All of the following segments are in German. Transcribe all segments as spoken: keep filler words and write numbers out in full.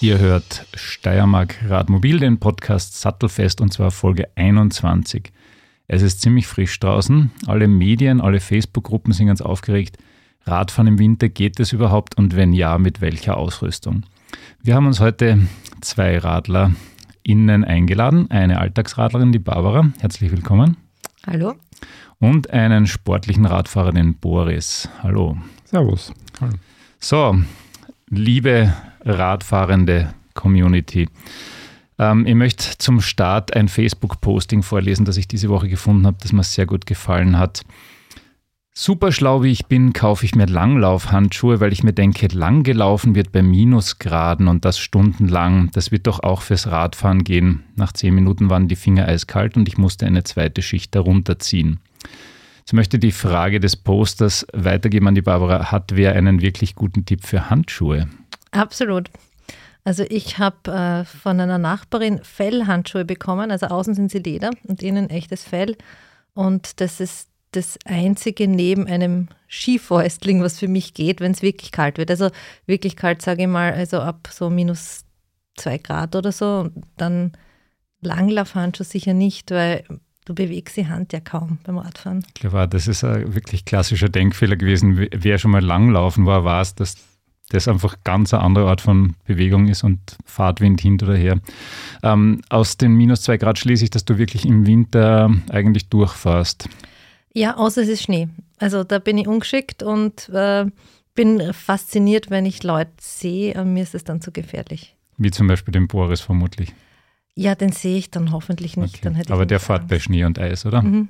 Ihr hört Steiermark Radmobil, den Podcast Sattelfest, und zwar Folge einundzwanzig. Es ist ziemlich frisch draußen. Alle Medien, alle Facebook-Gruppen sind ganz aufgeregt. Radfahren im Winter, geht es überhaupt? Und wenn ja, mit welcher Ausrüstung? Wir haben uns heute zwei RadlerInnen eingeladen. Eine Alltagsradlerin, die Barbara. Herzlich willkommen. Hallo. Und einen sportlichen Radfahrer, den Boris. Hallo. Servus. Hallo. So, liebe radfahrende Community. Ähm, ich möchte zum Start ein Facebook-Posting vorlesen, das ich diese Woche gefunden habe, das mir sehr gut gefallen hat. Super schlau wie ich bin, kaufe ich mir Langlaufhandschuhe, weil ich mir denke, lang gelaufen wird bei Minusgraden und das stundenlang. Das wird doch auch fürs Radfahren gehen. Nach zehn Minuten waren die Finger eiskalt und ich musste eine zweite Schicht darunter ziehen. Jetzt möchte ich die Frage des Posters weitergeben an die Barbara. Hat wer einen wirklich guten Tipp für Handschuhe? Absolut. Also ich habe äh, von einer Nachbarin Fellhandschuhe bekommen, also außen sind sie Leder und innen echtes Fell, und das ist das einzige neben einem Skifäustling, was für mich geht, wenn es wirklich kalt wird. Also wirklich kalt, sage ich mal, also ab so minus zwei Grad oder so, und dann Langlaufhandschuhe sicher nicht, weil du bewegst die Hand ja kaum beim Radfahren. Klar, das ist ein wirklich klassischer Denkfehler gewesen. Wer schon mal langlaufen war, weiß, dass das einfach ganz eine andere Art von Bewegung ist und Fahrtwind hin oder her. Ähm, aus den minus zwei Grad schließe ich, dass du wirklich im Winter eigentlich durchfährst. Ja, außer es ist Schnee. Also da bin ich ungeschickt und äh, bin fasziniert, wenn ich Leute sehe. Mir ist es dann zu gefährlich. Wie zum Beispiel den Boris vermutlich. Ja, den sehe ich dann hoffentlich nicht. Okay. Dann hätte ich aber der fährt bei Schnee und Eis, oder? Mhm.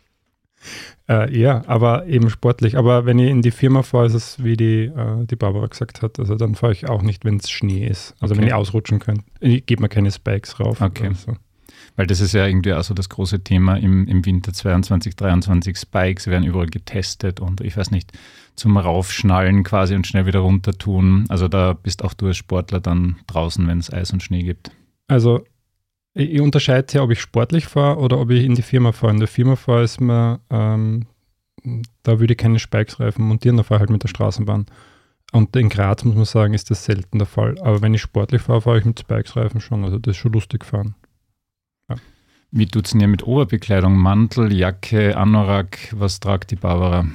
Äh, ja, aber eben sportlich. Aber wenn ich in die Firma fahre, ist es, wie die, äh, die Barbara gesagt hat, also dann fahre ich auch nicht, wenn es Schnee ist. Also okay. wenn ich ausrutschen könnte. Ich gebe mir keine Spikes rauf. Okay. Oder so. Weil das ist ja irgendwie auch so das große Thema im, im Winter zweiundzwanzig, dreiundzwanzig. Spikes werden überall getestet und ich weiß nicht, zum Raufschnallen quasi und schnell wieder runter tun. Also da bist auch du als Sportler dann draußen, wenn es Eis und Schnee gibt. Also ich unterscheide ja, ob ich sportlich fahre oder ob ich in die Firma fahre. In der Firma fahre ist mir, ähm, da würde ich keine Spikes-Reifen montieren, da fahre ich halt mit der Straßenbahn. Und in Graz, muss man sagen, ist das selten der Fall. Aber wenn ich sportlich fahre, fahre ich mit Spikes-Reifen schon. Also das ist schon lustig fahren. Ja. Wie tut es denn ja mit Oberbekleidung? Mantel, Jacke, Anorak, was tragt die Barbara?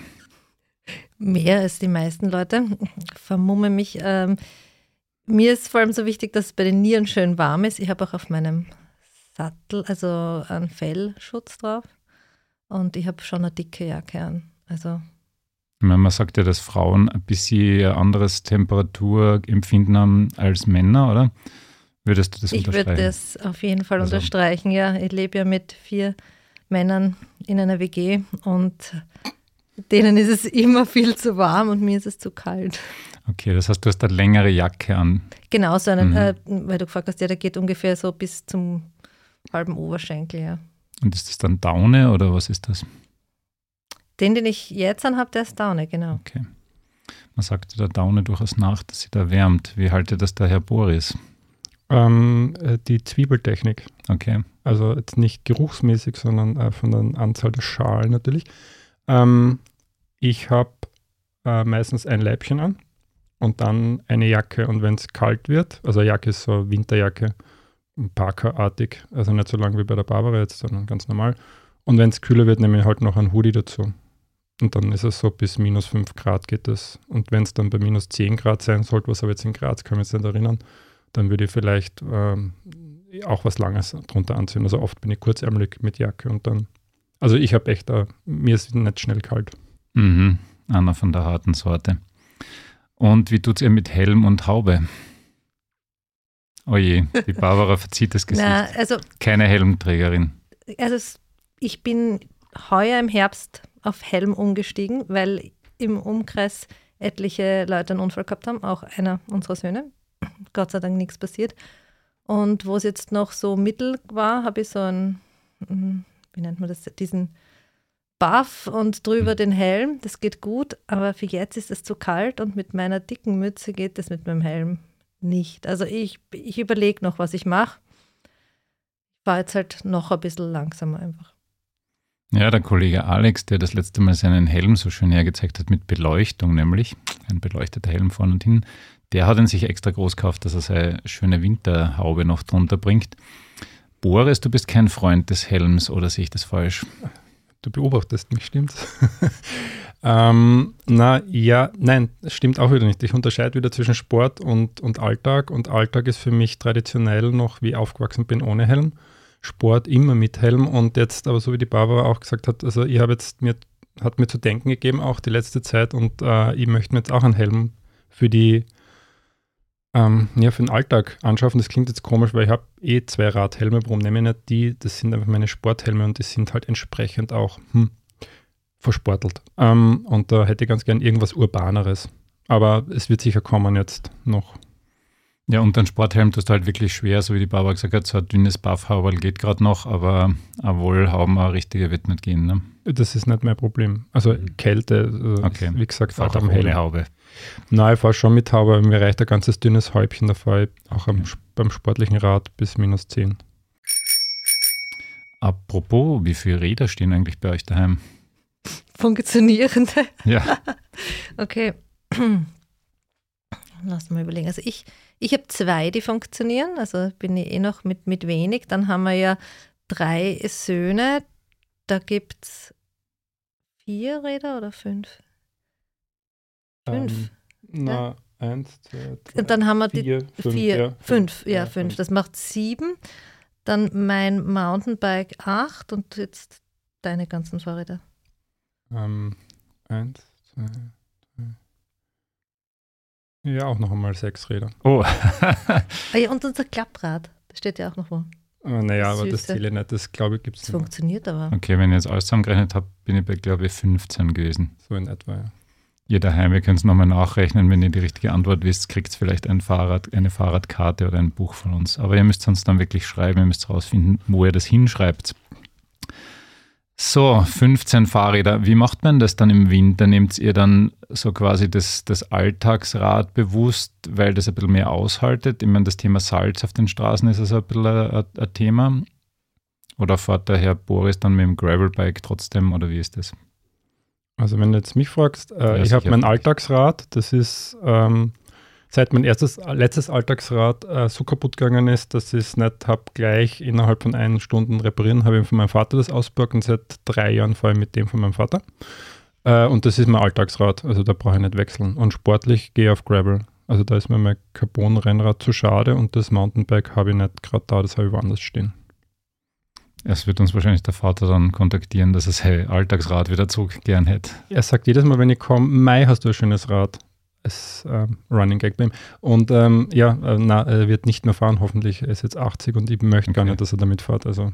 Mehr als die meisten Leute. Vermumme mich. Ähm, mir ist vor allem so wichtig, dass es bei den Nieren schön warm ist. Ich habe auch auf meinem Sattel, also einen Fellschutz drauf, und ich habe schon eine dicke Jacke an. Also man sagt ja, dass Frauen ein bisschen ein anderes Temperaturempfinden haben als Männer, oder? Würdest du das ich unterstreichen? Ich würde das auf jeden Fall also. unterstreichen, ja. Ich lebe ja mit vier Männern in einer W G und denen ist es immer viel zu warm und mir ist es zu kalt. Okay, das heißt, du hast eine längere Jacke an. Genau, so einen, mhm. äh, weil du gefragt hast, ja, der geht ungefähr so bis zum halben Oberschenkel, ja. Und ist das dann Daune oder was ist das? Den, den ich jetzt anhabe, der ist Daune, genau. Okay. Man sagt der Daune durchaus nach, dass sie da wärmt. Wie haltet das der Herr Boris? Ähm, die Zwiebeltechnik. Okay. Also jetzt nicht geruchsmäßig, sondern äh, von der Anzahl der Schalen natürlich. Ähm, ich habe äh, meistens ein Leibchen an und dann eine Jacke. Und wenn es kalt wird, also eine Jacke ist so eine Winterjacke, Parker-artig, also nicht so lang wie bei der Barbara jetzt, sondern ganz normal. Und wenn es kühler wird, nehme ich halt noch einen Hoodie dazu. Und dann ist es so, bis minus fünf Grad geht das. Und wenn es dann bei minus zehn Grad sein sollte, was aber jetzt in Graz, kann ich mich jetzt nicht erinnern, dann würde ich vielleicht ähm, auch was Langes drunter anziehen. Also oft bin ich kurzärmelig mit Jacke und dann, also ich habe echt, uh, mir ist nicht schnell kalt. Mhm, Anna von der harten Sorte. Und wie tut es ihr mit Helm und Haube? Oje, die Barbara verzieht das Gesicht. Na, also, keine Helmträgerin. Also ich bin heuer im Herbst auf Helm umgestiegen, weil im Umkreis etliche Leute einen Unfall gehabt haben, auch einer unserer Söhne. Gott sei Dank nichts passiert. Und wo es jetzt noch so mittel war, habe ich so einen, wie nennt man das, diesen Buff und drüber den Helm. Das geht gut, aber für jetzt ist es zu kalt und mit meiner dicken Mütze geht das mit meinem Helm nicht. Also ich, ich überlege noch, was ich mache. Ich war jetzt halt noch ein bisschen langsamer einfach. Ja, der Kollege Alex, der das letzte Mal seinen Helm so schön hergezeigt hat, mit Beleuchtung nämlich, ein beleuchteter Helm vorne und hin, der hat ihn sich extra groß gekauft, dass er seine schöne Winterhaube noch drunter bringt. Boris, du bist kein Freund des Helms, oder sehe ich das falsch? Du beobachtest mich, stimmt's? ähm, na ja, nein, das stimmt auch wieder nicht. Ich unterscheide wieder zwischen Sport und, und Alltag, und Alltag ist für mich traditionell noch, wie ich aufgewachsen bin, ohne Helm. Sport immer mit Helm, und jetzt, aber so wie die Barbara auch gesagt hat, also ich habe jetzt mir, hat mir zu denken gegeben, auch die letzte Zeit, und äh, ich möchte mir jetzt auch einen Helm für die, ähm, ja, für den Alltag anschaffen. Das klingt jetzt komisch, weil ich habe eh zwei Radhelme, warum nehme ich nicht die? Das sind einfach meine Sporthelme, und die sind halt entsprechend auch hm, versportelt. Ähm, und da hätte ich ganz gern irgendwas Urbaneres. Aber es wird sicher kommen jetzt noch. Ja, und ein Sporthelm tust du halt wirklich schwer, so wie die Barbara gesagt hat, so ein dünnes Buffhauberl geht gerade noch, aber ein Wollhauben, ein richtiger wird nicht gehen. Ne? Das ist nicht mein Problem. Also Kälte, also Okay. wie gesagt, Fahrt auch auch am ohne Helm. Haube. Nein, ich fahre schon mit Haube, aber mir reicht ein ganzes dünnes Häubchen, da fahre ich auch am, beim sportlichen Rad bis minus zehn. Apropos, wie viele Räder stehen eigentlich bei euch daheim? Funktionierende. Ja. Okay. Lass mal überlegen. Also ich, ich habe zwei, die funktionieren. Also bin ich eh noch mit, mit wenig. Dann haben wir ja drei Söhne. Da gibt es vier Räder oder fünf? Fünf. Ähm, na, eins, zwei, drei, Und dann haben wir die vier, fünf, vier, ja, fünf, ja, ja, fünf. fünf. Das macht sieben. Dann mein Mountainbike acht und jetzt deine ganzen Fahrräder. Ähm, eins, zwei, drei. Ja, auch noch einmal sechs Räder. Oh. Ah ja, und unser Klapprad, das steht ja auch noch wo. Äh, naja, Das aber das Süße. zähle ich nicht. Das, glaube ich, gibt es Das funktioniert aber. Okay, wenn ich jetzt alles zusammengerechnet habe, bin ich bei, glaube ich, fünfzehn gewesen. so in etwa, ja. Ihr daheim, ihr könnt es nochmal nachrechnen, wenn ihr die richtige Antwort wisst, kriegt ihr vielleicht ein Fahrrad, eine Fahrradkarte oder ein Buch von uns. Aber ihr müsst uns dann wirklich schreiben, ihr müsst herausfinden, wo ihr das hinschreibt. So, fünfzehn Fahrräder. Wie macht man das dann im Winter? Nehmt ihr dann so quasi das, das Alltagsrad bewusst, weil das ein bisschen mehr aushaltet? Ich meine, das Thema Salz auf den Straßen ist also ein bisschen ein, ein Thema. Oder fährt der Herr Boris dann mit dem Gravelbike trotzdem, oder wie ist das? Also wenn du jetzt mich fragst, äh, Ja, ich habe sicher. mein Alltagsrad, das ist ähm, seit mein erstes, letztes Alltagsrad äh, so kaputt gegangen ist, dass ich es nicht habe gleich innerhalb von einer Stunde reparieren, habe ich von meinem Vater das ausgeborgt, und seit drei Jahren fahre ich mit dem von meinem Vater. Äh, und das ist mein Alltagsrad, also da brauche ich nicht wechseln. Und sportlich gehe ich auf Gravel. Also da ist mir mein Carbon-Rennrad zu schade, und das Mountainbike habe ich nicht gerade da, das habe ich woanders stehen. Es wird uns wahrscheinlich der Vater dann kontaktieren, dass er sein Alltagsrad wieder zurück gern hätte. Er sagt jedes Mal, wenn ich komme, Mai, hast du ein schönes Rad. Es ähm, Running Gag bei ihm. Und ähm, ja, äh, na, er wird nicht mehr fahren, hoffentlich. Er ist jetzt achtzig und ich möchte gar Okay. nicht, dass er damit fährt. Also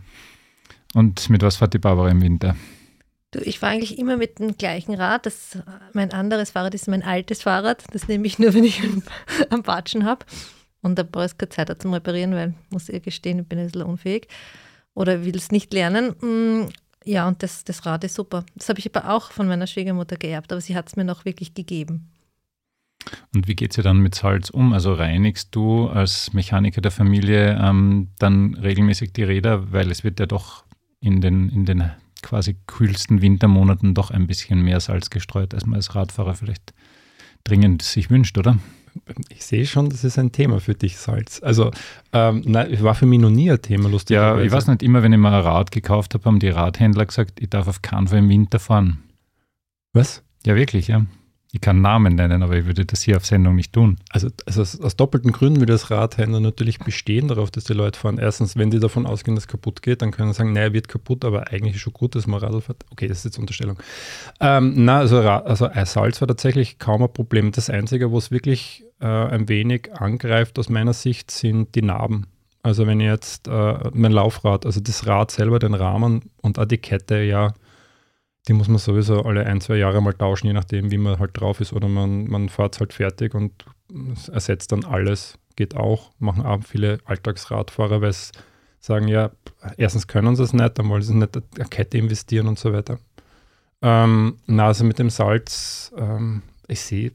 Und mit was fährt die Barbara im Winter? Du, ich fahre eigentlich immer mit dem gleichen Rad. Das, mein anderes Fahrrad ist mein altes Fahrrad. Das nehme ich nur, wenn ich am Batschen habe. Und da brauche ich keine Zeit zum Reparieren, weil, muss ich gestehen, ich bin ein bisschen unfähig. Oder will es nicht lernen. Mm, Ja, und das, das Rad ist super. Das habe ich aber auch von meiner Schwiegermutter geerbt, aber sie hat es mir noch wirklich gegeben. Und wie geht es dir dann mit Salz um? Also reinigst du als Mechaniker der Familie ähm, dann regelmäßig die Räder, weil es wird ja doch in den, in den quasi kühlsten Wintermonaten doch ein bisschen mehr Salz gestreut, als man als Radfahrer vielleicht dringend sich wünscht, oder? ich sehe schon, das ist ein Thema für dich, Salz. Also, ähm, nein, war für mich noch nie ein Thema, lustigerweise. Ja, ich weiß nicht, immer wenn ich mal ein Rad gekauft habe, haben die Radhändler gesagt, ich darf auf keinen Fall im Winter fahren. Was? Ja, wirklich, ja. Ich kann Namen nennen, aber ich würde das hier auf Sendung nicht tun. Also, also aus, aus doppelten Gründen will das Radhändler natürlich bestehen darauf, dass die Leute fahren. Erstens, wenn die davon ausgehen, dass es kaputt geht, dann können sie sagen, nein, wird kaputt, aber eigentlich ist schon gut, dass man Radl fährt. Okay, das ist jetzt Unterstellung. Ähm, na, also, Ra- also Salz war tatsächlich kaum ein Problem. Das Einzige, wo es wirklich äh, ein wenig angreift aus meiner Sicht, sind die Narben. Also wenn ich jetzt äh, mein Laufrad, also das Rad selber, den Rahmen und auch die Kette, ja, die muss man sowieso alle ein, zwei Jahre mal tauschen, je nachdem, wie man halt drauf ist. Oder man, man fährt es halt fertig und ersetzt dann alles. Geht auch. Machen auch viele Alltagsradfahrer, weil sie sagen, ja, erstens können sie es nicht, dann wollen sie nicht eine Kette investieren und so weiter. Ähm, na, also mit dem Salz, ähm, ich sehe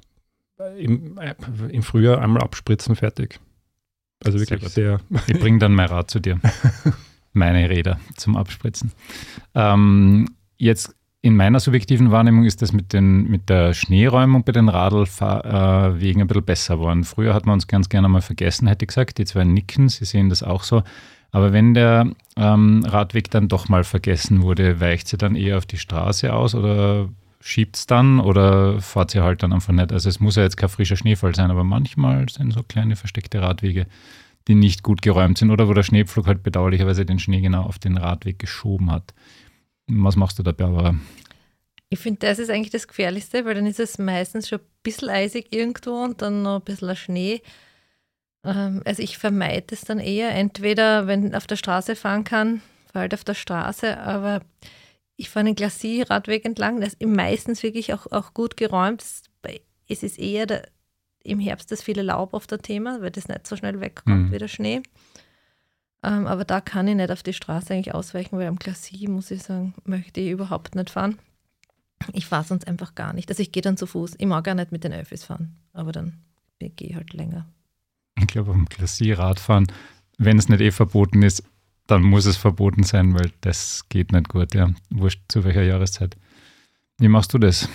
im, äh, im Frühjahr einmal abspritzen, fertig. Also wirklich sehr. Ich bringe dann mein Rad zu dir. meine Räder zum Abspritzen. Ähm, jetzt in meiner subjektiven Wahrnehmung ist das mit, den, mit der Schneeräumung bei den Radlwegen ein bisschen besser geworden. Früher hat man uns ganz gerne mal vergessen, hätte ich gesagt. Die zwei nicken, sie sehen das auch so. Aber wenn der ähm, Radweg dann doch mal vergessen wurde, weicht sie dann eher auf die Straße aus oder schiebt es dann oder fährt sie halt dann einfach nicht? Also es muss ja jetzt kein frischer Schneefall sein, aber manchmal sind so kleine versteckte Radwege, die nicht gut geräumt sind oder wo der Schneepflug halt bedauerlicherweise den Schnee genau auf den Radweg geschoben hat. Was machst du da, Barbara? Ich finde, das ist eigentlich das Gefährlichste, weil dann ist es meistens schon ein bisschen eisig irgendwo und dann noch ein bisschen Schnee. Ähm, also ich vermeide es dann eher, entweder wenn ich auf der Straße fahren kann, fahre halt auf der Straße, aber ich fahre einen Glacis-Radweg entlang, das ist meistens wirklich auch, auch gut geräumt. Es ist eher der, im Herbst das viele Laub auf der Thema, weil das nicht so schnell wegkommt Mhm. wie der Schnee. Ähm, aber da kann ich nicht auf die Straße eigentlich ausweichen, weil am Glacis, muss ich sagen, möchte ich überhaupt nicht fahren. Ich fahre sonst einfach gar nicht. Also ich gehe dann zu Fuß. Ich mag gar nicht mit den Öffis fahren, aber dann gehe ich halt länger. Ich glaube, am Glacis-Radfahren, wenn es nicht eh verboten ist, dann muss es verboten sein, weil das geht nicht gut. Ja. Wurscht zu welcher Jahreszeit. Wie machst du das?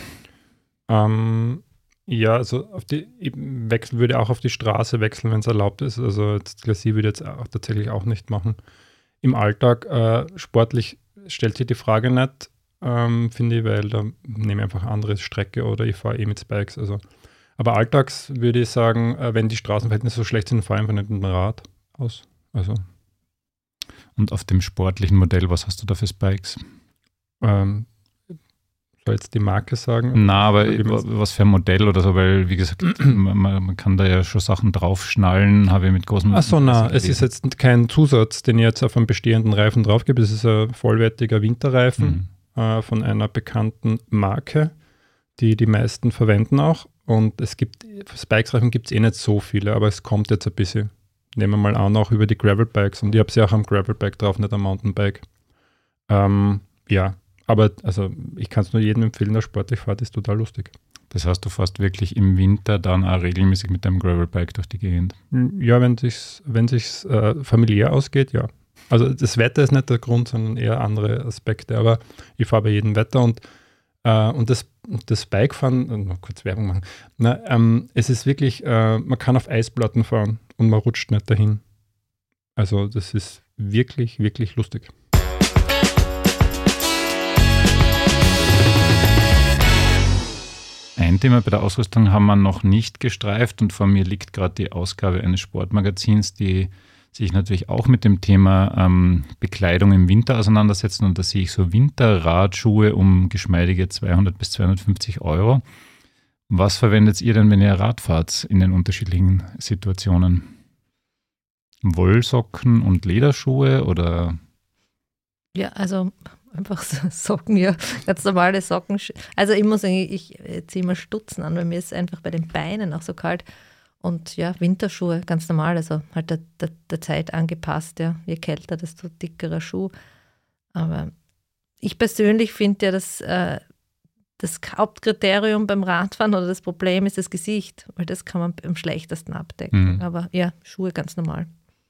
Ähm, ja, also auf die, ich wechsel, würde auch auf die Straße wechseln, wenn es erlaubt ist. Also das Glacis würde ich jetzt auch, tatsächlich auch nicht machen. Im Alltag äh, sportlich stellt sich die Frage nicht, ähm, finde ich, weil da nehme ich einfach eine andere Strecke oder ich fahre eh mit Spikes. Also. Aber alltags würde ich sagen, äh, wenn die Straßenverhältnisse so schlecht sind, fahre ich einfach nicht mit dem Rad aus. Also Und auf dem sportlichen Modell, was hast du da für Spikes? ähm, soll jetzt die Marke sagen? Na, aber Wie man's- was für ein Modell oder so, weil wie gesagt, man, man kann da ja schon Sachen draufschnallen, habe ich mit großem... Ach so, na, gelesen. es ist jetzt kein Zusatz, den ich jetzt auf einem bestehenden Reifen drauf gebe. Es ist ein vollwertiger Winterreifen Mhm. äh, von einer bekannten Marke, die die meisten verwenden auch. Und es gibt, Spikes-Reifen gibt es eh nicht so viele, aber es kommt jetzt ein bisschen. Nehmen wir mal an, auch über die Gravel-Bikes. Und ich habe sie auch am Gravel-Bike drauf, nicht am Mountainbike. Ähm, ja, aber also ich kann es nur jedem empfehlen, der sportlich fährt, ist total lustig. Das heißt, du fährst wirklich im Winter dann auch regelmäßig mit deinem Gravelbike durch die Gegend. Ja, wenn sich's, wenn sich's äh, familiär ausgeht, ja. Also das Wetter ist nicht der Grund, sondern eher andere Aspekte. Aber ich fahre bei jedem Wetter und, äh, und das, das Bikefahren, äh, noch kurz Werbung machen, na, ähm, es ist wirklich, äh, man kann auf Eisplatten fahren und man rutscht nicht dahin. Also das ist wirklich, wirklich lustig. Ein Thema bei der Ausrüstung haben wir noch nicht gestreift und vor mir liegt gerade die Ausgabe eines Sportmagazins, die sich natürlich auch mit dem Thema ähm, Bekleidung im Winter auseinandersetzen und da sehe ich so Winterradschuhe um geschmeidige zweihundert bis zweihundertfünfzig Euro. Was verwendet ihr denn, wenn ihr Rad fahrt in den unterschiedlichen Situationen? Wollsocken und Lederschuhe oder? Ja, also einfach so Socken, ja, ganz normale Socken. Also ich muss sagen, ich äh, ziehe immer Stutzen an, weil mir ist einfach bei den Beinen auch so kalt. Und ja, Winterschuhe, ganz normal, also halt der, der, der Zeit angepasst, ja. Je kälter, desto dickerer Schuh. Aber ich persönlich finde ja, dass äh, das Hauptkriterium beim Radfahren oder das Problem ist das Gesicht, weil das kann man am schlechtesten abdecken. Mhm. Aber ja, Schuhe ganz normal.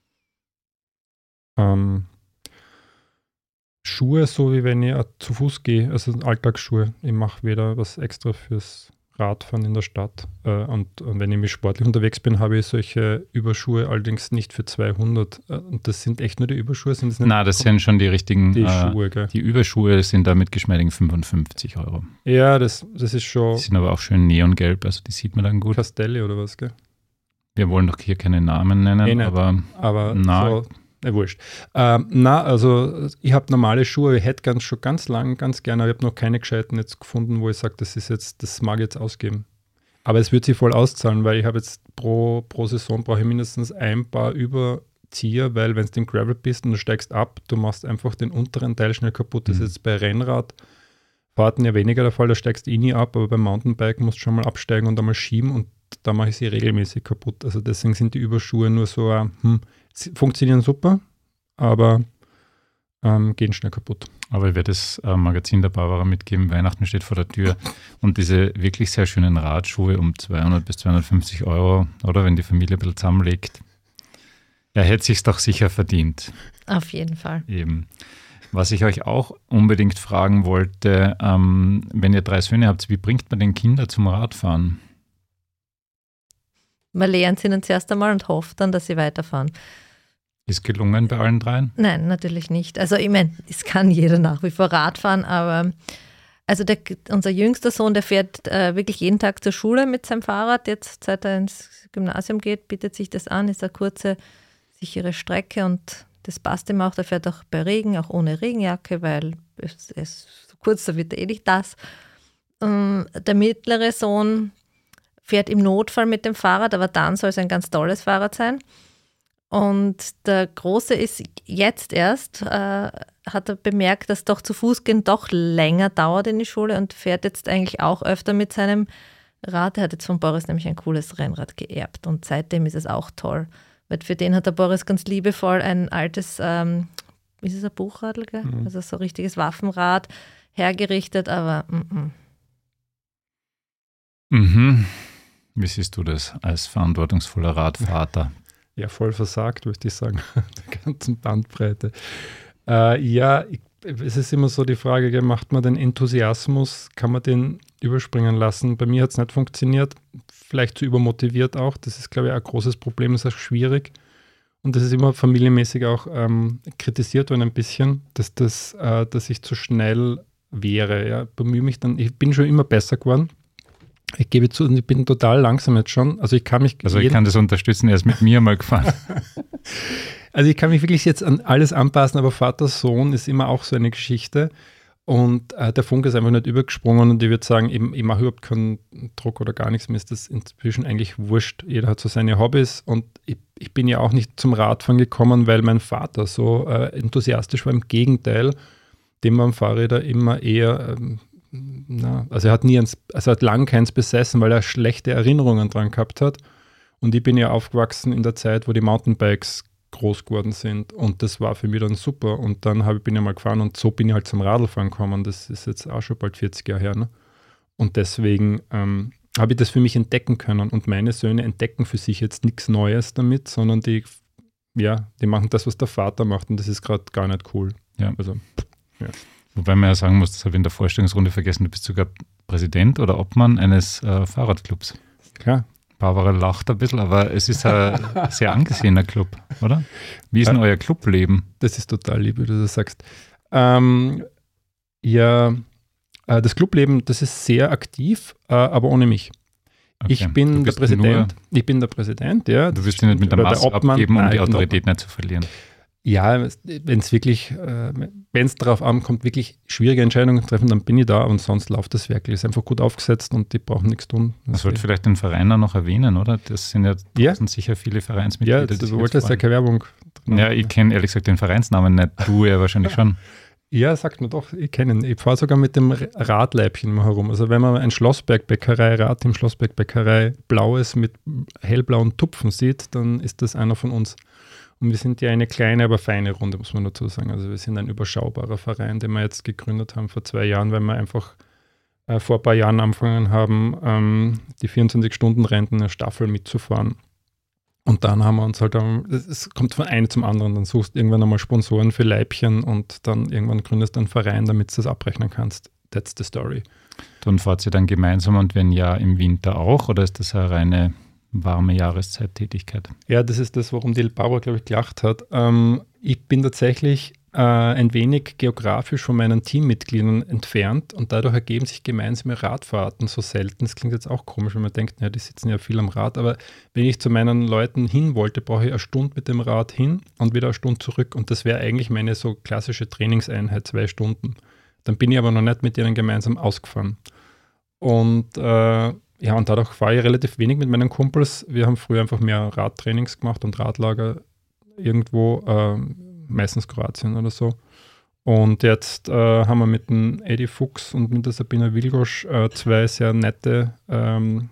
Ähm, Schuhe, so wie wenn ich äh, zu Fuß gehe, also Alltagsschuhe. Ich mache weder was extra fürs Radfahren in der Stadt. Äh, und, und wenn ich mich sportlich unterwegs bin, habe ich solche Überschuhe, allerdings nicht für zweihundert. Äh, und das sind echt nur die Überschuhe? Sind das nicht Na, das sind schon die richtigen, die äh, Schuhe, gell? die Überschuhe sind da mit geschmeidigen fünfundfünfzig Euro. Ja, das, das ist schon Die sind aber auch schön neongelb, also die sieht man dann gut. Castelli oder was, gell? Wir wollen doch hier keine Namen nennen, Eh nicht. aber Aber Na. so, ne, wurscht. Ähm, na, also ich habe normale Schuhe, ich hätte ganz schon ganz lang, ganz gerne, aber ich habe noch keine gescheiten jetzt gefunden, wo ich sage, das ist jetzt, das mag ich jetzt ausgeben. Aber es wird sich voll auszahlen, weil ich habe jetzt pro, pro Saison brauche ich mindestens ein paar Überzieher, weil wenn du im Gravel bist und du steigst ab, du machst einfach den unteren Teil schnell kaputt. Das Mhm. ist jetzt bei Rennradfahrten ja weniger der Fall, da steigst du eh nie ab, aber beim Mountainbike musst du schon mal absteigen und einmal schieben und da mache ich sie regelmäßig kaputt. Also deswegen sind die Überschuhe nur so, äh, hm, sie funktionieren super, aber ähm, gehen schnell kaputt. Aber ich werde das äh, Magazin der Barbara mitgeben. Weihnachten steht vor der Tür. Und diese wirklich sehr schönen Radschuhe um zweihundert bis zweihundertfünfzig Euro, oder wenn die Familie ein bisschen zusammenlegt, Er hätte sich's doch sicher verdient. Auf jeden Fall. Eben. Was ich euch auch unbedingt fragen wollte, ähm, wenn ihr drei Söhne habt, wie bringt man den Kinder zum Radfahren? Man lernt ihnen zuerst einmal und hofft dann, dass sie weiterfahren. Ist gelungen bei allen dreien? Nein, natürlich nicht. Also ich meine, es kann jeder nach wie vor Radfahren, aber also der, unser jüngster Sohn, der fährt äh, wirklich jeden Tag zur Schule mit seinem Fahrrad. Jetzt, seit er ins Gymnasium geht, bietet sich das an, ist eine kurze, sichere Strecke und das passt ihm auch. Der fährt auch bei Regen, auch ohne Regenjacke, weil es ist so kurz, da wird er eh nicht nass. Ähm, der mittlere Sohn fährt im Notfall mit dem Fahrrad, aber dann soll es ein ganz tolles Fahrrad sein. Und der Große ist jetzt erst, äh, hat er bemerkt, dass doch zu Fuß gehen doch länger dauert in die Schule und fährt jetzt eigentlich auch öfter mit seinem Rad. Er hat jetzt von Boris nämlich ein cooles Rennrad geerbt und seitdem ist es auch toll. Weil für den hat der Boris ganz liebevoll ein altes, ähm, ist es ein Buchradl, gell? Mhm. Also so ein richtiges Waffenrad hergerichtet, aber mm-mm. Mhm. Wie siehst du das als verantwortungsvoller Radvater? Ja, voll versagt, würde ich sagen, der ganzen Bandbreite. Äh, ja, ich, es ist immer so die Frage, macht man den Enthusiasmus, kann man den überspringen lassen? Bei mir hat es nicht funktioniert, vielleicht zu übermotiviert auch. Das ist, glaube ich, ein großes Problem, das ist auch schwierig. Und das ist immer familienmäßig auch ähm, kritisiert worden ein bisschen, dass, das, äh, dass ich zu schnell wäre. Ja. Bemühe mich dann, ich bin schon immer besser geworden. Ich gebe zu, ich bin total langsam jetzt schon. Also ich kann mich. Also ich kann das unterstützen, er ist mit mir mal gefahren. Also ich kann mich wirklich jetzt an alles anpassen, aber Vater-Sohn ist immer auch so eine Geschichte. Und äh, der Funke ist einfach nicht übergesprungen und ich würde sagen, ich, ich mache überhaupt keinen Druck oder gar nichts. Mir ist das inzwischen eigentlich wurscht. Jeder hat so seine Hobbys und ich, ich bin ja auch nicht zum Radfahren gekommen, weil mein Vater so äh, enthusiastisch war. Im Gegenteil, dem waren Fahrräder immer eher, ähm, na, also er hat nie eins, also er hat lang keins besessen, weil er schlechte Erinnerungen dran gehabt hat. Und ich bin ja aufgewachsen in der Zeit, wo die Mountainbikes groß geworden sind und das war für mich dann super und dann hab, bin ich mal gefahren und so bin ich halt zum Radlfahren gekommen, das ist jetzt auch schon bald vierzig Jahre her, ne? Und deswegen ähm, habe ich das für mich entdecken können und meine Söhne entdecken für sich jetzt nichts Neues damit, sondern die, ja, die machen das, was der Vater macht und das ist gerade gar nicht cool. Ja. Also, ja. Wobei man ja sagen muss, das habe ich in der Vorstellungsrunde vergessen, du bist sogar Präsident oder Obmann eines äh, Fahrradclubs. Klar. Barbara lacht ein bisschen, aber es ist ein sehr angesehener Club, oder? Wie ist denn euer Clubleben? Das ist total lieb, wie du das sagst. Ähm, ja, äh, das Clubleben, das ist sehr aktiv, äh, aber ohne mich. Okay. Ich bin der Präsident. Ich bin der Präsident, ja. Du wirst dich nicht mit der Masse der abgeben, um Nein, die Autorität nicht zu verlieren. Ja, wenn es wirklich, äh, wenn es darauf ankommt, wirklich schwierige Entscheidungen treffen, dann bin ich da und sonst läuft das wirklich. Ist einfach gut aufgesetzt und die brauchen nichts tun. Man sollte vielleicht den Verein noch erwähnen, oder? Das sind ja, ja. sind sicher viele Vereinsmitglieder. Ja, du wolltest ja keine Werbung. Ja, ich kenne ehrlich gesagt den Vereinsnamen nicht. Du ja wahrscheinlich schon. Ja, sagt mir doch, ich kenne ihn. Ich fahre sogar mit dem Radleibchen immer herum. Also wenn man ein Schlossberg-Bäckerei-Rad im Schlossberg-Bäckerei blaues mit hellblauen Tupfen sieht, dann ist das einer von uns. Und wir sind ja eine kleine, aber feine Runde, muss man dazu sagen. Also wir sind ein überschaubarer Verein, den wir jetzt gegründet haben vor zwei Jahren, weil wir einfach äh, vor ein paar Jahren angefangen haben, ähm, die vierundzwanzig-Stunden-Rennen in der Staffel mitzufahren. Und dann haben wir uns halt, es kommt von einem zum anderen, dann suchst du irgendwann einmal Sponsoren für Leibchen und dann irgendwann gründest du einen Verein, damit du das abrechnen kannst. That's the story. Dann fahrt ihr dann gemeinsam und wenn ja, im Winter auch oder ist das eine reine warme Jahreszeittätigkeit? Ja, das ist das, warum die Barbara, glaube ich, gelacht hat. Ähm, ich bin tatsächlich äh, ein wenig geografisch von meinen Teammitgliedern entfernt und dadurch ergeben sich gemeinsame Radfahrten so selten. Das klingt jetzt auch komisch, wenn man denkt, ja, die sitzen ja viel am Rad, aber wenn ich zu meinen Leuten hin wollte, brauche ich eine Stunde mit dem Rad hin und wieder eine Stunde zurück und das wäre eigentlich meine so klassische Trainingseinheit, zwei Stunden. Dann bin ich aber noch nicht mit denen gemeinsam ausgefahren. Und äh, ja, und dadurch fahre ich relativ wenig mit meinen Kumpels. Wir haben früher einfach mehr Radtrainings gemacht und Radlager irgendwo, äh, meistens Kroatien oder so. Und jetzt äh, haben wir mit dem Eddie Fuchs und mit der Sabina Wilgosch äh, zwei sehr nette ähm,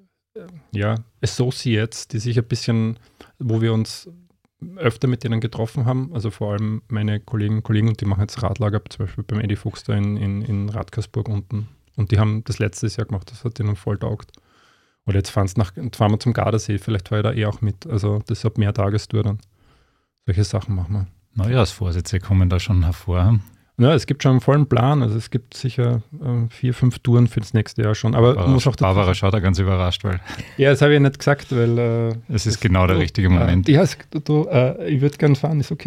ja, Associates, die sich ein bisschen, wo wir uns öfter mit denen getroffen haben, also vor allem meine Kolleginnen und Kollegen, und die machen jetzt Radlager, zum Beispiel beim Eddie Fuchs da in, in, in Radkersburg unten. Und die haben das letztes Jahr gemacht, das hat ihnen voll taugt. Oder jetzt fahren, nach, fahren wir zum Gardasee, vielleicht war ich da eh auch mit. Also das hat mehr Tagestour dann. Solche Sachen machen wir. Neujahrsvorsätze kommen da schon hervor. Ja, es gibt schon einen vollen Plan. Also es gibt sicher äh, vier, fünf Touren für das nächste Jahr schon. Aber Barbara, muss auch Barbara schaut da ganz überrascht, weil ja, das habe ich nicht gesagt, weil äh, es ist genau der richtige Moment. Äh, ja, es, du, äh, ich würde gerne fahren, ist okay.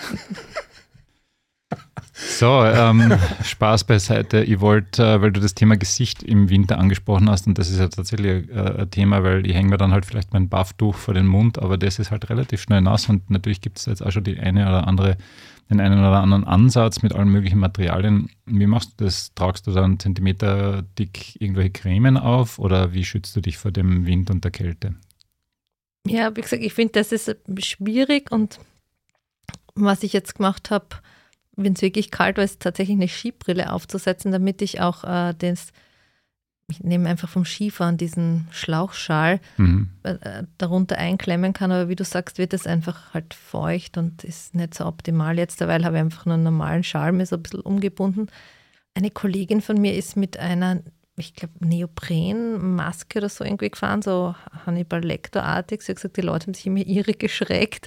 So, ähm, Spaß beiseite. Ich wollte, äh, weil du das Thema Gesicht im Winter angesprochen hast, und das ist ja tatsächlich äh, ein Thema, weil ich hänge mir dann halt vielleicht mein Bufftuch vor den Mund, aber das ist halt relativ schnell nass und natürlich gibt es jetzt auch schon die eine oder andere, den einen oder anderen Ansatz mit allen möglichen Materialien. Wie machst du das? Tragst du dann Zentimeter dick irgendwelche Cremen auf oder wie schützt du dich vor dem Wind und der Kälte? Ja, wie gesagt, ich finde, das ist schwierig und was ich jetzt gemacht habe, wenn es wirklich kalt war, ist tatsächlich eine Skibrille aufzusetzen, damit ich auch äh, das, ich nehme einfach vom Skifahren diesen Schlauchschal Mhm. äh, darunter einklemmen kann, aber wie du sagst, wird es einfach halt feucht und ist nicht so optimal jetzt, derweil habe ich einfach nur einen normalen Schal mir so ein bisschen umgebunden. Eine Kollegin von mir ist mit einer, ich glaube, Neoprenmaske oder so irgendwie gefahren, so Hannibal Lecter-artig. Sie hat gesagt, die Leute haben sich immer irre geschreckt.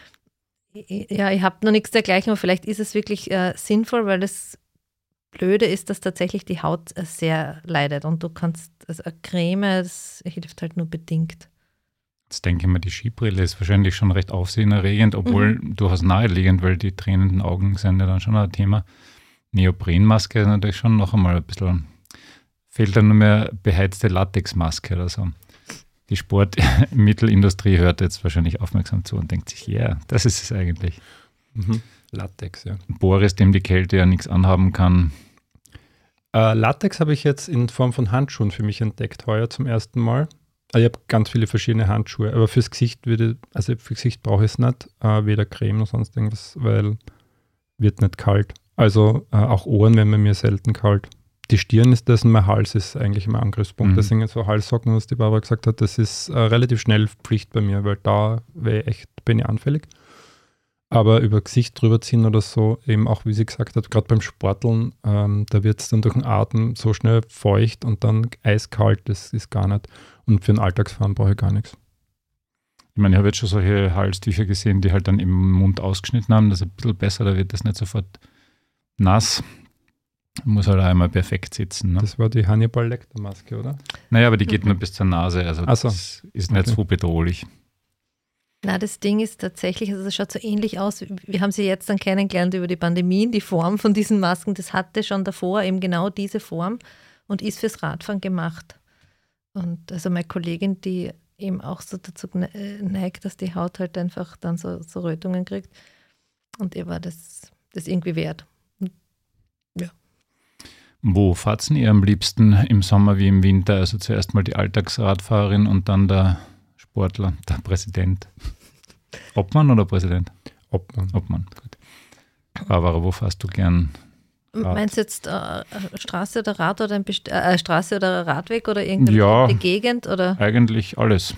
Ja, ich habe noch nichts dergleichen, aber vielleicht ist es wirklich äh, sinnvoll, weil das Blöde ist, dass tatsächlich die Haut äh, sehr leidet und du kannst, also eine Creme, das hilft halt nur bedingt. Jetzt denke ich mir, die Skibrille ist wahrscheinlich schon recht aufsehenerregend, obwohl mhm. durchaus naheliegend, weil die tränenden Augen sind ja dann schon ein Thema. Neoprenmaske ist natürlich schon noch einmal ein bisschen, fehlt dann nur mehr beheizte Latexmaske oder so. Die Sportmittelindustrie hört jetzt wahrscheinlich aufmerksam zu und denkt sich, ja, yeah, das ist es eigentlich. Mhm. Latex, ja. Boris, dem die Kälte ja nichts anhaben kann. Äh, Latex habe ich jetzt in Form von Handschuhen für mich entdeckt, heuer zum ersten Mal. Also ich habe ganz viele verschiedene Handschuhe, aber fürs Gesicht würde, also fürs Gesicht brauche ich es nicht, äh, weder Creme noch sonst irgendwas, weil wird nicht kalt. Also äh, auch Ohren werden bei mir selten kalt. Die Stirn ist das und mein Hals ist eigentlich mein Angriffspunkt. Mhm. Das sind jetzt so Halssocken, was die Barbara gesagt hat, das ist äh, relativ schnell Pflicht bei mir, weil da wäre echt, bin ich anfällig. Aber über Gesicht drüber ziehen oder so, eben auch wie sie gesagt hat, gerade beim Sporteln, ähm, da wird es dann durch den Atem so schnell feucht und dann eiskalt, das ist gar nicht. Und für ein Alltagsfahren brauche ich gar nichts. Ich meine, ich habe jetzt schon solche Halstücher gesehen, die halt dann im Mund ausgeschnitten haben. Das ist ein bisschen besser, da wird das nicht sofort nass. Muss halt einmal perfekt sitzen. Ne? Das war die Hannibal Lecter Maske, oder? Naja, aber die geht nur bis zur Nase, also Ach so. Das ist nicht Okay. so bedrohlich. Na, das Ding ist tatsächlich, also es schaut so ähnlich aus, wir haben sie jetzt dann kennengelernt über die Pandemie, die Form von diesen Masken, das hatte schon davor eben genau diese Form und ist fürs Radfahren gemacht. Und also meine Kollegin, die eben auch so dazu neigt, dass die Haut halt einfach dann so, so Rötungen kriegt und ihr war das, das irgendwie wert. Ja. Wo fahrt ihr am liebsten im Sommer wie im Winter? Also zuerst mal die Alltagsradfahrerin und dann der Sportler, der Präsident. Obmann oder Präsident? Obmann. Obmann, gut. Barbara, wo fährst du gern Rad? Meinst du jetzt äh, Straße oder Rad oder ein Best- äh, Straße oder Radweg oder irgendeine Ja. bestimmte Gegend? Oder? Eigentlich alles.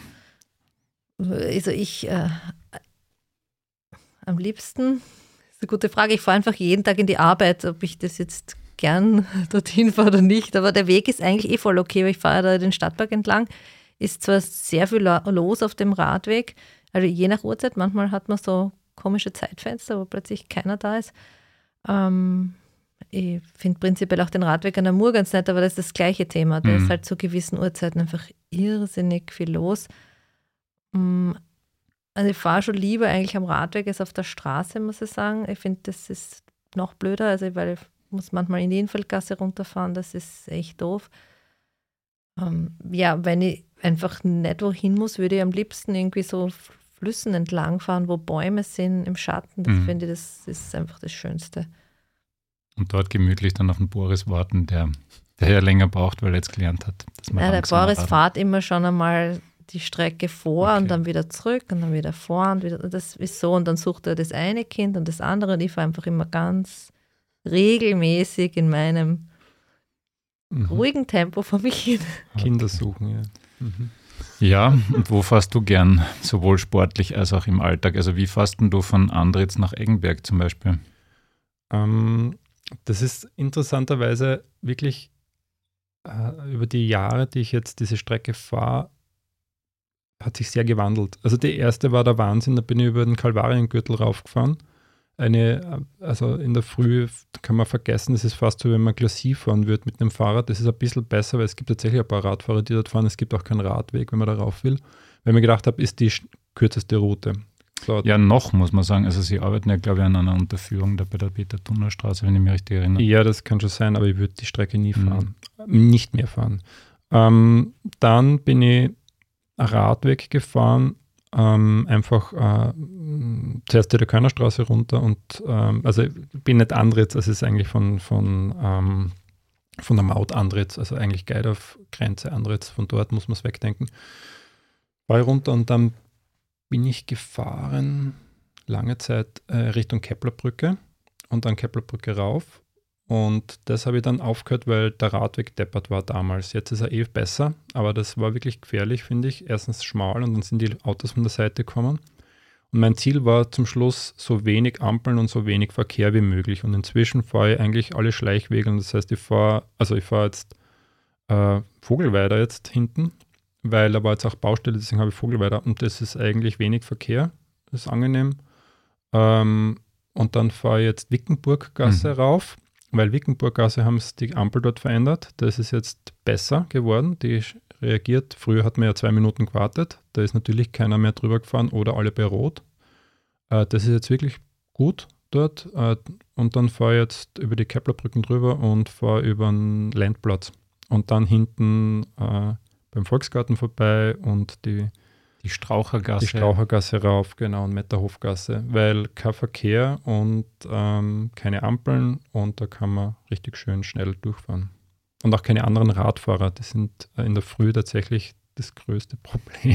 Also ich äh, am liebsten, das ist eine gute Frage, ich fahre einfach jeden Tag in die Arbeit, ob ich das jetzt gern dorthin fahre oder nicht, aber der Weg ist eigentlich eh voll okay, weil ich fahre da den Stadtpark entlang, ist zwar sehr viel los auf dem Radweg, also je nach Uhrzeit, manchmal hat man so komische Zeitfenster, wo plötzlich keiner da ist. Ähm, ich finde prinzipiell auch den Radweg an der Mur ganz nett, aber das ist das gleiche Thema, da Mhm. ist halt zu gewissen Uhrzeiten einfach irrsinnig viel los. Also ich fahre schon lieber eigentlich am Radweg als auf der Straße, muss ich sagen. Ich finde, das ist noch blöder, also weil ich muss manchmal in die Infeldgasse runterfahren, das ist echt doof. Ähm, ja, wenn ich einfach nicht wohin muss, würde ich am liebsten irgendwie so Flüssen entlang fahren, wo Bäume sind im Schatten. Das Mhm. finde ich, das ist einfach das Schönste. Und dort gemütlich dann auf den Boris warten, der, der ja länger braucht, weil er jetzt gelernt hat. Dass man Ja, der langsamer Boris radelt. fährt immer schon einmal die Strecke vor Okay. und dann wieder zurück und dann wieder vor und wieder. Das ist so. Und dann sucht er das eine Kind und das andere und ich fahre einfach immer ganz regelmäßig in meinem Mhm. ruhigen Tempo vor mich hin. Kinder suchen, ja. Mhm. Ja, und wo fährst du gern, sowohl sportlich als auch im Alltag? Also wie fährst denn du von Andritz nach Eggenberg zum Beispiel? Ähm, das ist interessanterweise wirklich äh, über die Jahre, die ich jetzt diese Strecke fahre, hat sich sehr gewandelt. Also die erste war der Wahnsinn, da bin ich über den Kalvariengürtel raufgefahren. Eine, also in der Früh kann man vergessen, das ist fast so, wenn man Glacis fahren würde mit einem Fahrrad. Das ist ein bisschen besser, weil es gibt tatsächlich ein paar Radfahrer, die dort fahren. Es gibt auch keinen Radweg, wenn man da rauf will. Weil ich mir gedacht habe, ist die kürzeste Route. So. Ja, noch muss man sagen. Also sie arbeiten ja, glaube ich, an einer Unterführung da bei der Peter-Tunnel-Straße, wenn ich mich richtig erinnere. Ja, das kann schon sein, aber ich würde die Strecke nie fahren. Mhm. Nicht mehr fahren. Ähm, dann bin ich Radweg gefahren, ähm, einfach äh, zuerst die Körnerstraße runter und ähm, also ich bin nicht Andritz, also es ist eigentlich von, von, ähm, von der Maut Andritz, also eigentlich Geidorf Grenze Andritz, von dort muss man es wegdenken. War ich runter und dann bin ich gefahren, lange Zeit äh, Richtung Keplerbrücke und dann Keplerbrücke rauf. Und das habe ich dann aufgehört, weil der Radweg deppert war damals. Jetzt ist er eh besser, aber das war wirklich gefährlich, finde ich. Erstens schmal und dann sind die Autos von der Seite gekommen. Und mein Ziel war zum Schluss so wenig Ampeln und so wenig Verkehr wie möglich. Und inzwischen fahre ich eigentlich alle Schleichwege. Und das heißt, ich fahre, also ich fahre jetzt äh, Vogelweider jetzt hinten, weil da war jetzt auch Baustelle, deswegen habe ich Vogelweider. Und das ist eigentlich wenig Verkehr. Das ist angenehm. Ähm, und dann fahre ich jetzt Wickenburggasse mhm. rauf. Weil Wickenburggasse haben es die Ampel dort verändert. Das ist jetzt besser geworden. Die reagiert. Früher hat man ja zwei Minuten gewartet. Da ist natürlich keiner mehr drüber gefahren oder alle bei Rot. Äh, das ist jetzt wirklich gut dort. Äh, und dann fahre ich jetzt über die Keplerbrücken drüber und fahre über den Landplatz. Und dann hinten äh, beim Volksgarten vorbei und die Die Strauchergasse. Die Strauchergasse rauf, genau, und Metterhofgasse, weil kein Verkehr und ähm, keine Ampeln und da kann man richtig schön schnell durchfahren. Und auch keine anderen Radfahrer, die sind in der Früh tatsächlich das größte Problem.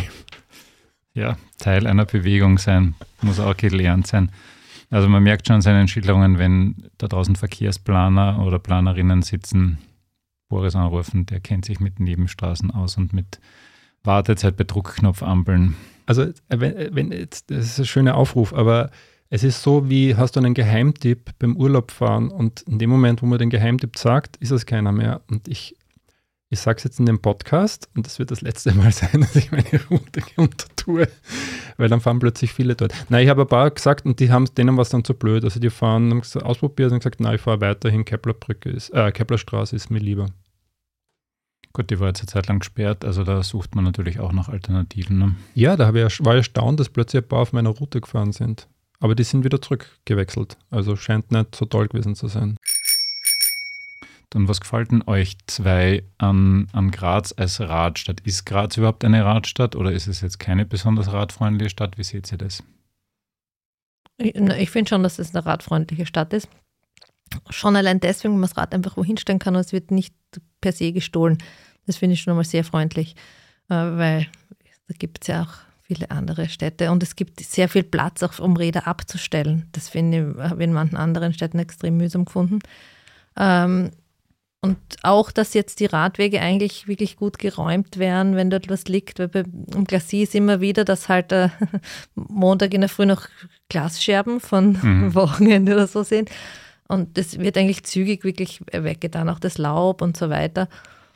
Ja, Teil einer Bewegung sein, muss auch gelernt sein. Also man merkt schon seinen Schilderungen, wenn da draußen Verkehrsplaner oder Planerinnen sitzen, Boris anrufen, der kennt sich mit Nebenstraßen aus und mit Wartezeit bei Druckknopfampeln. Also wenn, wenn jetzt, das ist ein schöner Aufruf, aber es ist so, wie hast du einen Geheimtipp beim Urlaubfahren und in dem Moment, wo man den Geheimtipp sagt, ist es keiner mehr. Und ich, ich sage es jetzt in dem Podcast und das wird das letzte Mal sein, dass ich meine Route untertue, weil dann fahren plötzlich viele dort. Nein, ich habe ein paar gesagt und die haben, denen war es dann zu blöd. Also die fahren, haben es ausprobiert und gesagt, nein, ich fahre weiterhin, Keplerbrücke ist, äh, Keplerstraße ist mir lieber. Gut, die war jetzt eine Zeit lang gesperrt, also da sucht man natürlich auch nach Alternativen. Ne? Ja, da habe ich, war ich erstaunt, dass plötzlich ein paar auf meiner Route gefahren sind. Aber die sind wieder zurückgewechselt. Also scheint nicht so toll gewesen zu sein. Dann was gefällt denn euch zwei an, an Graz als Radstadt? Ist Graz überhaupt eine Radstadt oder ist es jetzt keine besonders radfreundliche Stadt? Wie seht ihr das? Ich, ich finde schon, dass es eine radfreundliche Stadt ist. Schon allein deswegen, weil man das Rad einfach wohin stellen kann und es wird nicht per se gestohlen. Das finde ich schon einmal sehr freundlich, weil da gibt es ja auch viele andere Städte und es gibt sehr viel Platz, auch um Räder abzustellen. Das finde ich, habe ich in manchen anderen Städten extrem mühsam gefunden. Und auch, dass jetzt die Radwege eigentlich wirklich gut geräumt werden, wenn dort was liegt, weil beim Glacis ist immer wieder, dass halt äh, Montag in der Früh noch Glasscherben von mhm. Wochenende oder so sind. Und das wird eigentlich zügig wirklich weggetan, auch das Laub und so weiter.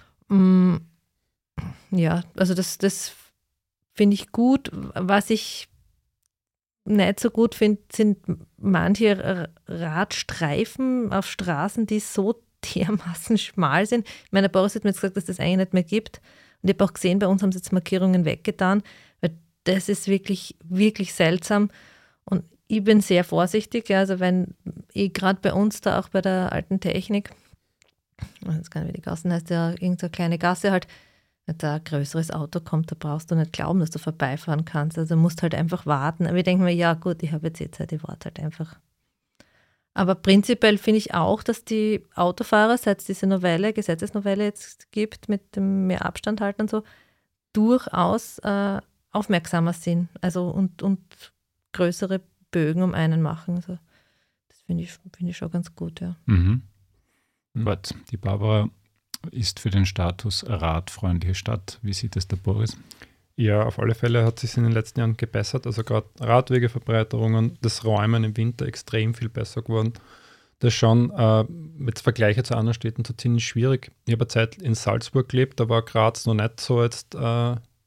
Ja, also das, das finde ich gut. Was ich nicht so gut finde, sind manche Radstreifen auf Straßen, die so dermaßen schmal sind. Ich meine, Boris hat mir jetzt gesagt, dass das eigentlich nicht mehr gibt. Und ich habe auch gesehen, bei uns haben sie jetzt Markierungen weggetan, weil das ist wirklich, wirklich seltsam. Und ich bin sehr vorsichtig, ja, also wenn ich gerade bei uns da auch bei der alten Technik, ich weiß gar nicht, wie die Gassen heißt, ja, irgendeine kleine Gasse halt, wenn da ein größeres Auto kommt, da brauchst du nicht glauben, dass du vorbeifahren kannst. Also musst halt einfach warten. Aber ich denke mir, ja gut, ich habe jetzt eh Zeit, ich warte halt einfach. Aber prinzipiell finde ich auch, dass die Autofahrer, seit es diese Novelle, Gesetzesnovelle jetzt gibt, mit dem mehr Abstand halten und so, durchaus äh, aufmerksamer sind. Also und, und größere Bögen um einen machen. Also das finde ich, find ich schon ganz gut, ja. Mhm. Mhm. Gut, die Barbara ist für den Status radfreundliche Stadt. Wie sieht das der Boris? Ja, auf alle Fälle hat sich in den letzten Jahren gebessert. Also gerade Radwegeverbreiterungen, das Räumen im Winter extrem viel besser geworden. Das ist schon äh, mit Vergleiche zu anderen Städten so ziemlich schwierig. Ich habe eine Zeit in Salzburg gelebt, da war Graz noch nicht so jetzt äh,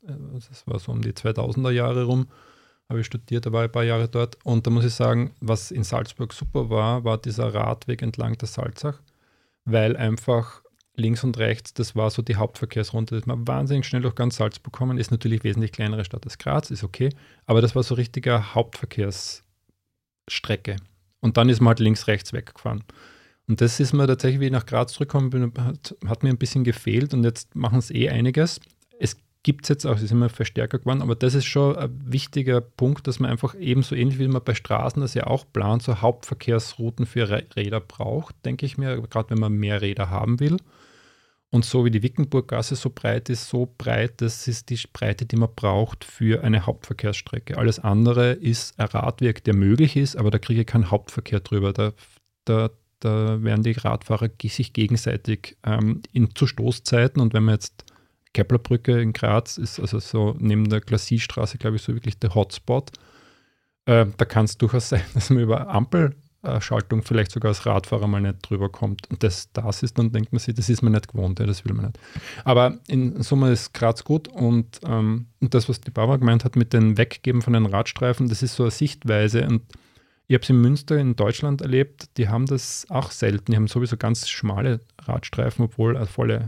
das war so um die zweitausender Jahre rum, habe ich studiert, da war ich ein paar Jahre dort. Und da muss ich sagen, was in Salzburg super war, war dieser Radweg entlang der Salzach, weil einfach links und rechts, das war so die Hauptverkehrsrunde, das man wahnsinnig schnell durch ganz Salzburg kommen, ist natürlich wesentlich kleinere Stadt als Graz, ist okay, aber das war so richtiger Hauptverkehrsstrecke. Und dann ist man halt links, rechts weggefahren. Und das ist mir tatsächlich, wie ich nach Graz zurückgekommen bin, hat, hat mir ein bisschen gefehlt und jetzt machen es eh einiges. Es gibt es jetzt auch, es ist immer verstärker geworden, aber das ist schon ein wichtiger Punkt, dass man einfach ebenso ähnlich wie man bei Straßen das ja auch plant, so Hauptverkehrsrouten für Räder braucht, denke ich mir, gerade wenn man mehr Räder haben will. Und so wie die Wickenburggasse so breit ist, so breit, das ist die Breite, die man braucht für eine Hauptverkehrsstrecke. Alles andere ist ein Radweg, der möglich ist, aber da kriege ich keinen Hauptverkehr drüber. Da, da, da werden die Radfahrer sich gegenseitig ähm, in, zu Stoßzeiten, und wenn man jetzt Keplerbrücke in Graz ist, also so neben der Glacis-Straße, glaube ich, so wirklich der Hotspot, äh, da kann es durchaus sein, dass man über Ampel Schaltung vielleicht sogar als Radfahrer mal nicht drüber kommt. Und das, das ist, dann denkt man sich, das ist man nicht gewohnt, ja, das will man nicht. Aber in Summe ist Graz gut und, ähm, und das, was die Barbara gemeint hat mit dem Weggeben von den Radstreifen, das ist so eine Sichtweise. Und ich habe es in Münster in Deutschland erlebt, die haben das auch selten. Die haben sowieso ganz schmale Radstreifen, obwohl eine volle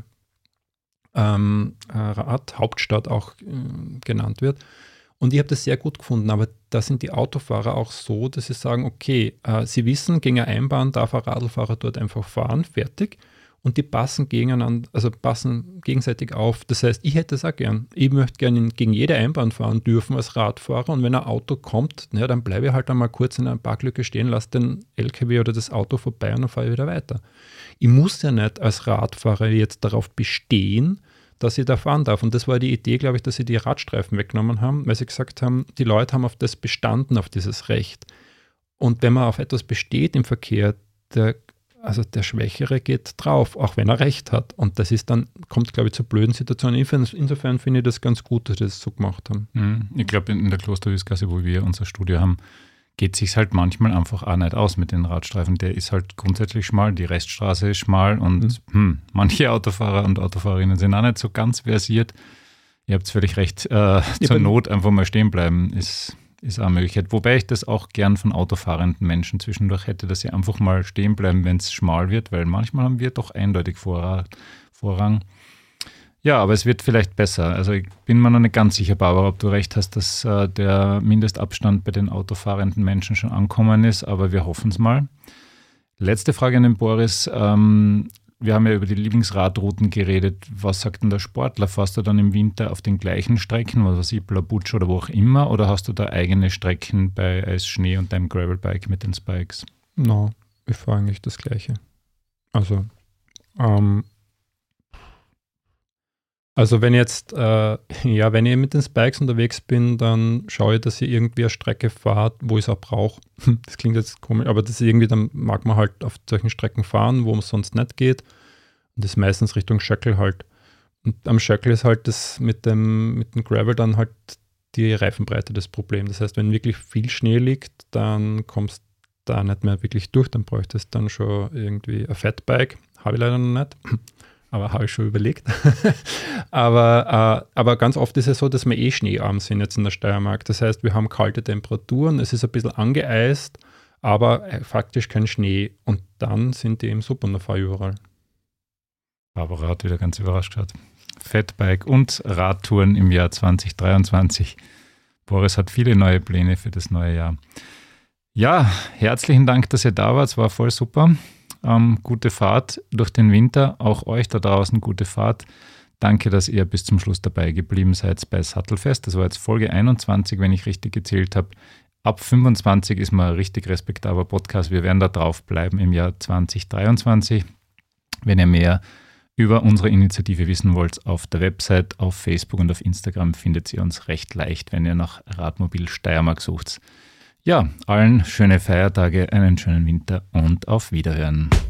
ähm, Radhauptstadt auch äh, genannt wird. Und ich habe das sehr gut gefunden, aber da sind die Autofahrer auch so, dass sie sagen, okay, äh, sie wissen, gegen eine Einbahn darf ein Radlfahrer dort einfach fahren, fertig. Und die passen gegeneinander, also passen gegenseitig auf. Das heißt, ich hätte das auch gern. Ich möchte gerne gegen jede Einbahn fahren dürfen als Radfahrer. Und wenn ein Auto kommt, na, dann bleibe ich halt einmal kurz in einer Parklücke stehen, lasse den L K W oder das Auto vorbei und dann fahre ich wieder weiter. Ich muss ja nicht als Radfahrer jetzt darauf bestehen, dass ich da fahren darf. Und das war die Idee, glaube ich, dass sie die Radstreifen weggenommen haben, weil sie gesagt haben, die Leute haben auf das bestanden, auf dieses Recht. Und wenn man auf etwas besteht im Verkehr, der, also der Schwächere geht drauf, auch wenn er Recht hat. Und das ist dann, kommt, glaube ich, zur blöden Situation. Insofern finde ich das ganz gut, dass sie das so gemacht haben. Ich glaube, in der Klosterwiesgasse, wo wir unser Studio haben, geht es sich halt manchmal einfach auch nicht aus mit den Radstreifen. Der ist halt grundsätzlich schmal, die Reststraße ist schmal und mhm. hm, manche Autofahrer und Autofahrerinnen sind auch nicht so ganz versiert. Ihr habt völlig recht, äh, zur Not einfach mal stehen bleiben ist, ist auch eine Möglichkeit. Wobei ich das auch gern von autofahrenden Menschen zwischendurch hätte, dass sie einfach mal stehen bleiben, wenn es schmal wird, weil manchmal haben wir doch eindeutig Vorrang. Vorrang. Ja, aber es wird vielleicht besser. Also ich bin mir noch nicht ganz sicher, Barbara, ob du recht hast, dass äh, der Mindestabstand bei den autofahrenden Menschen schon angekommen ist, aber wir hoffen es mal. Letzte Frage an den Boris. Ähm, wir haben ja über die Lieblingsradrouten geredet. Was sagt denn der Sportler? Fährst du dann im Winter auf den gleichen Strecken, was weiß ich, Blabutsch oder wo auch immer, oder hast du da eigene Strecken bei Eis, Schnee und deinem Gravelbike mit den Spikes? No, ich fahre eigentlich das Gleiche. Also, ähm, Also wenn jetzt, äh, ja, wenn ich mit den Spikes unterwegs bin, dann schaue ich, dass ich irgendwie eine Strecke fahre, wo ich es auch brauche. Das klingt jetzt komisch, aber das ist irgendwie, dann mag man halt auf solchen Strecken fahren, wo es sonst nicht geht. Und das ist meistens Richtung Schöckl halt. Und am Schöckl ist halt das mit dem, mit dem Gravel dann halt die Reifenbreite das Problem. Das heißt, wenn wirklich viel Schnee liegt, dann kommst du da nicht mehr wirklich durch. Dann bräuchtest du dann schon irgendwie ein Fatbike. Habe ich leider noch nicht. Aber habe ich schon überlegt. aber, äh, aber ganz oft ist es so, dass wir eh schneearm sind jetzt in der Steiermark. Das heißt, wir haben kalte Temperaturen, es ist ein bisschen angeeist, aber äh, faktisch kein Schnee. Und dann sind die eben super und da fahre ich überall. Barbara hat wieder ganz überrascht geschaut. Fatbike und Radtouren im Jahr zwanzig dreiundzwanzig. Boris hat viele neue Pläne für das neue Jahr. Ja, herzlichen Dank, dass ihr da wart. Es war voll super. Ähm, gute Fahrt durch den Winter. Auch euch da draußen gute Fahrt. Danke, dass ihr bis zum Schluss dabei geblieben seid bei Sattelfest. Das war jetzt Folge einundzwanzig, wenn ich richtig gezählt habe. Ab fünfundzwanzig ist mal ein richtig respektabler Podcast. Wir werden da drauf bleiben im Jahr zwanzig dreiundzwanzig. Wenn ihr mehr über unsere Initiative wissen wollt, auf der Website, auf Facebook und auf Instagram findet ihr uns recht leicht, wenn ihr nach Radmobil Steiermark sucht. Ja, allen schöne Feiertage, einen schönen Winter und auf Wiederhören.